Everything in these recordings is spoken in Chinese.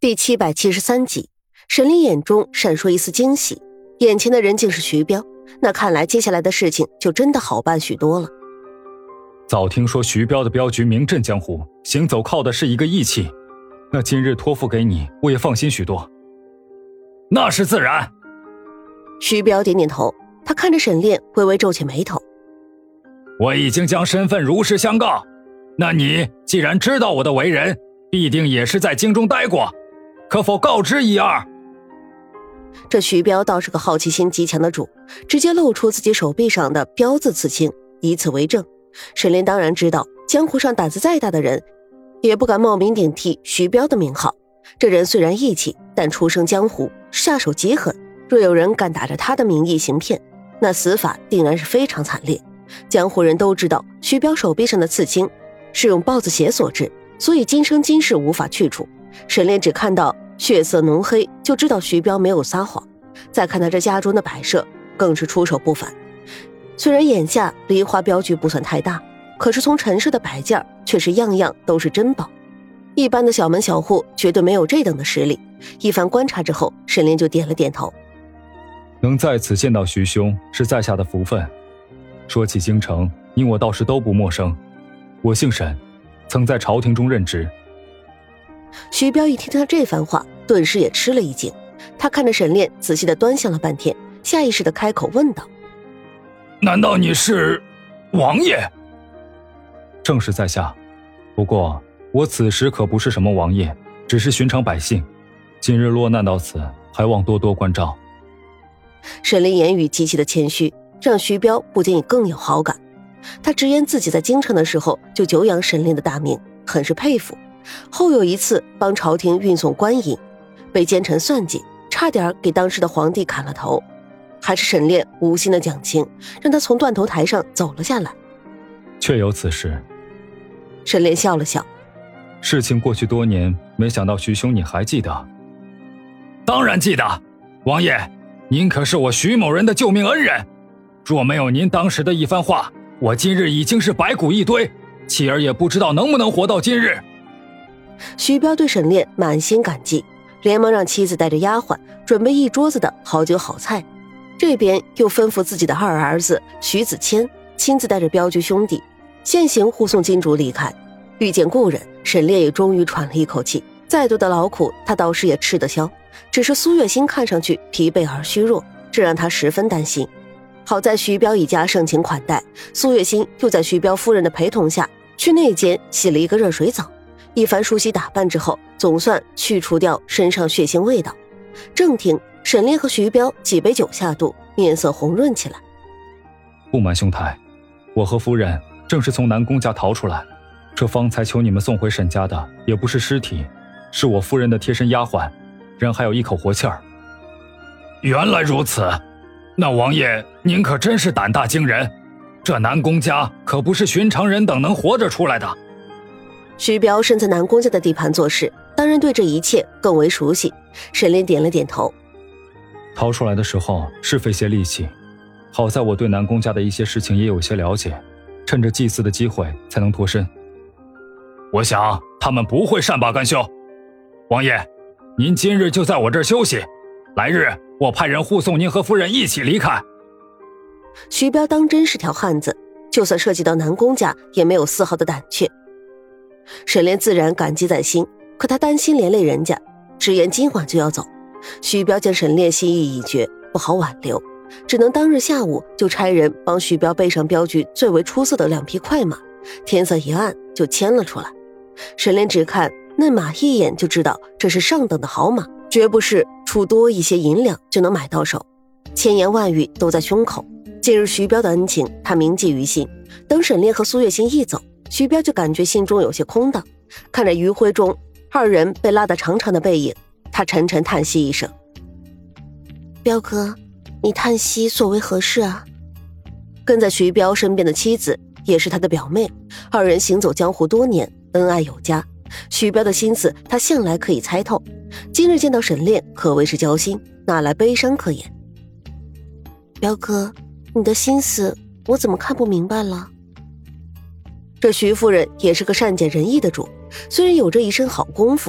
第773集，沈炼眼中闪烁一丝惊喜，眼前的人竟是徐彪，那看来接下来的事情就真的好办许多了。 早听说徐彪的镖局名震江湖，行走靠的是一个义气，那今日托付给你，我也放心许多。 那是自然。 徐彪点点头，他看着沈炼微微皱起眉头。 我已经将身份如实相告，那你既然知道我的为人，必定也是在京中待过，可否告知一二？ 这徐彪倒是个好奇心极强的主，直接露出自己手臂上的彪字刺青，以此为证。沈炼当然知道，江湖上胆子再大的人也不敢冒名顶替徐彪的名号。这人虽然义气，但出生江湖，下手极狠，若有人敢打着他的名义行骗，那死法定然是非常惨烈。江湖人都知道徐彪手臂上的刺青是用豹子血所致，所以今生今世无法去除。沈炼只看到血色浓黑，就知道徐彪没有撒谎。再看他这家中的摆设，更是出手不凡。虽然眼下梨花镖局不算太大，可是从陈设的摆件却是样样都是珍宝，一般的小门小户绝对没有这等的实力。一番观察之后，沈炼就点了点头。 能在此见到徐兄，是在下的福分。说起京城，你我倒是都不陌生。我姓沈，曾在朝廷中任职。 徐彪一听他这番话，顿时也吃了一惊。他看着沈炼，仔细地端详了半天，下意识地开口问道： 难道你是王爷？ 正是在下，不过我此时可不是什么王爷，只是寻常百姓。今日落难到此，还望多多关照。 沈炼言语极其的谦虚，让徐彪不禁更有好感。他直言自己在京城的时候就久仰沈炼的大名，很是佩服。后有一次帮朝廷运送官银，被奸臣算计，差点给当时的皇帝砍了头，还是沈炼无心的讲情，让他从断头台上走了下来。 确有此事。 沈炼笑了笑， 事情过去多年，没想到徐兄你还记得。 当然记得，王爷，您可是我徐某人的救命恩人，若没有您当时的一番话，我今日已经是白骨一堆，妻儿也不知道能不能活到今日。 徐彪对沈炼满心感激，连忙让妻子带着丫鬟准备一桌子的好酒好菜，这边又吩咐自己的二儿子徐子谦亲自带着镖局兄弟现行护送金主离开。遇见故人，沈炼也终于喘了一口气，再多的劳苦他倒是也吃得消，只是苏月心看上去疲惫而虚弱，这让他十分担心。好在徐彪一家盛情款待，苏月心又在徐彪夫人的陪同下去内间洗了一个热水澡，一番梳洗打扮之后，总算去除掉身上血腥味道。正厅，沈炼和徐彪几杯酒下肚，面色红润起来。 不瞒兄台，我和夫人正是从南宫家逃出来，这方才求你们送回沈家的也不是尸体，是我夫人的贴身丫鬟，人还有一口活气儿。 原来如此，那王爷您可真是胆大惊人，这南宫家可不是寻常人等能活着出来的。 徐彪身在南宫家的地盘做事，当然对这一切更为熟悉。沈炼点了点头。 逃出来的时候是费些力气，好在我对南宫家的一些事情也有些了解，趁着祭祀的机会才能脱身。 我想他们不会善罢甘休。王爷，您今日就在我这儿休息，来日我派人护送您和夫人一起离开。 徐彪当真是条汉子，就算涉及到南宫家也没有丝毫的胆怯。沈炼自然感激在心，可他担心连累人家，直言今晚就要走。徐彪见沈炼心意已决，不好挽留，只能当日下午就差人帮徐彪备上镖局最为出色的2匹快马，天色一暗就牵了出来。沈炼只看那马一眼就知道这是上等的好马，绝不是出多一些银两就能买到手，千言万语都在胸口。今日徐彪的恩情他铭记于心，等沈炼和苏月心一走，徐彪就感觉心中有些空荡，看着余晖中二人被拉得长长的背影，他沉沉叹息一声。彪哥，你叹息所为何事啊？跟在徐彪身边的妻子也是他的表妹，二人行走江湖多年，恩爱有加。徐彪的心思他向来可以猜透，今日见到沈炼可谓是交心，哪来悲伤可言？彪哥，你的心思我怎么看不明白了？这徐夫人也是个善解人意的主，虽然有着一身好功夫，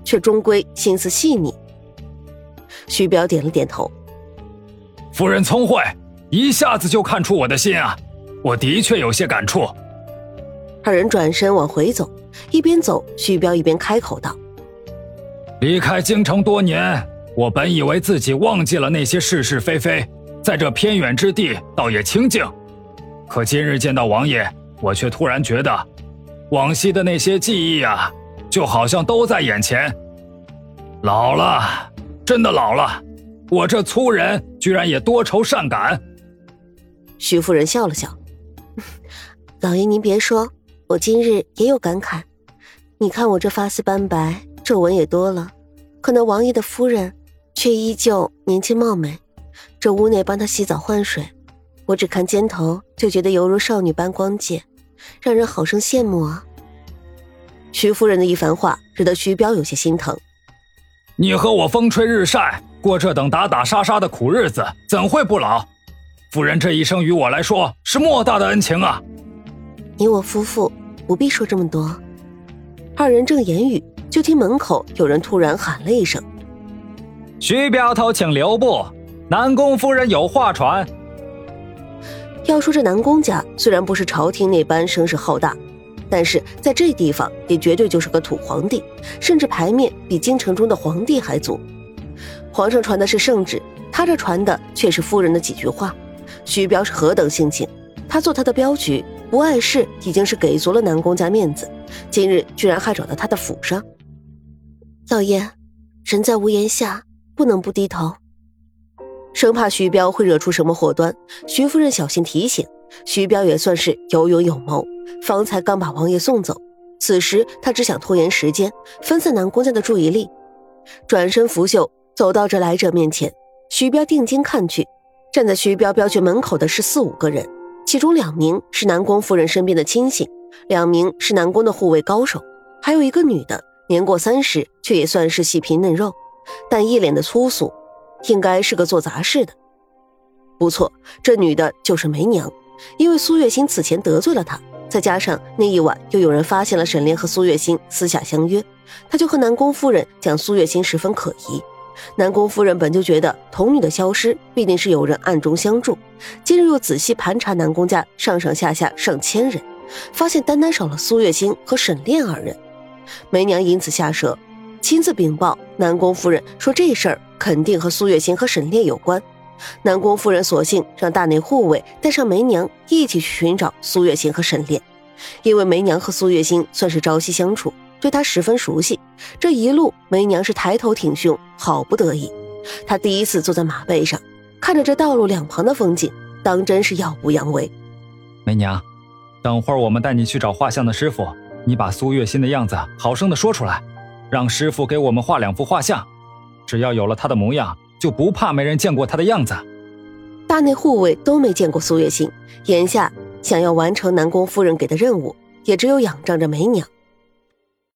却终归心思细腻。徐彪点了点头。 夫人聪慧，一下子就看出我的心啊，我的确有些感触。 二人转身往回走，一边走，徐彪一边开口道： 离开京城多年，我本以为自己忘记了那些是是非非，在这偏远之地倒也清静。可今日见到王爷，我却突然觉得，往昔的那些记忆啊，就好像都在眼前。老了，真的老了，我这粗人居然也多愁善感。 徐夫人笑了笑：老爷您别说，我今日也有感慨。你看我这发丝斑白，皱纹也多了，可那王爷的夫人却依旧年轻貌美。这屋内帮她洗澡换水，我只看肩头就觉得犹如少女般光洁，让人好生羡慕啊。徐夫人的一番话惹得徐彪有些心疼。 你和我风吹日晒，过这等打打杀杀的苦日子，怎会不老？夫人这一生于我来说是莫大的恩情啊。 你我夫妇不必说这么多。二人正言语，就听门口有人突然喊了一声： 徐镖头请留步，南宫夫人有话传。 要说这南宫家虽然不是朝廷那般声势浩大，但是在这地方也绝对就是个土皇帝，甚至牌面比京城中的皇帝还足。皇上传的是圣旨，他这传的却是夫人的几句话。徐彪是何等性情，他做他的镖局不碍事已经是给足了南宫家面子，今日居然还找到他的府上。老爷，人在屋檐下，不能不低头。生怕徐彪会惹出什么祸端，徐夫人小心提醒。徐彪也算是有勇有谋，方才刚把王爷送走，此时他只想拖延时间，分散南宫家的注意力。转身拂袖走到这来者面前，徐彪定睛看去，站在徐彪镖局门口的是4、5个人，其中2名是南宫夫人身边的亲信，2名是南宫的护卫高手，还有一个女的，年过30，却也算是细皮嫩肉，但一脸的粗俗，应该是个做杂事的。不错，这女的就是梅娘。因为苏月心此前得罪了她，再加上那一晚又有人发现了沈炼和苏月心私下相约，他就和南宫夫人讲苏月心十分可疑。南宫夫人本就觉得童女的消失必定是有人暗中相助，今日又仔细盘查南宫家上上下下上千人，发现单单少了苏月心和沈炼2人。梅娘因此下舌，亲自禀报南宫夫人说这事儿肯定和苏月心和沈炼有关。南宫夫人索性让大内护卫带上梅娘一起去寻找苏月心和沈炼，因为梅娘和苏月心算是朝夕相处，对她十分熟悉。这一路梅娘是抬头挺胸，好不得意。她第一次坐在马背上，看着这道路两旁的风景，当真是耀武扬威。 梅娘，等会儿我们带你去找画像的师傅，你把苏月心的样子好生的说出来，让师傅给我们画2幅画像，只要有了她的模样，就不怕没人见过她的样子。 大内护卫都没见过苏月心，眼下想要完成南宫夫人给的任务，也只有仰仗着梅娘。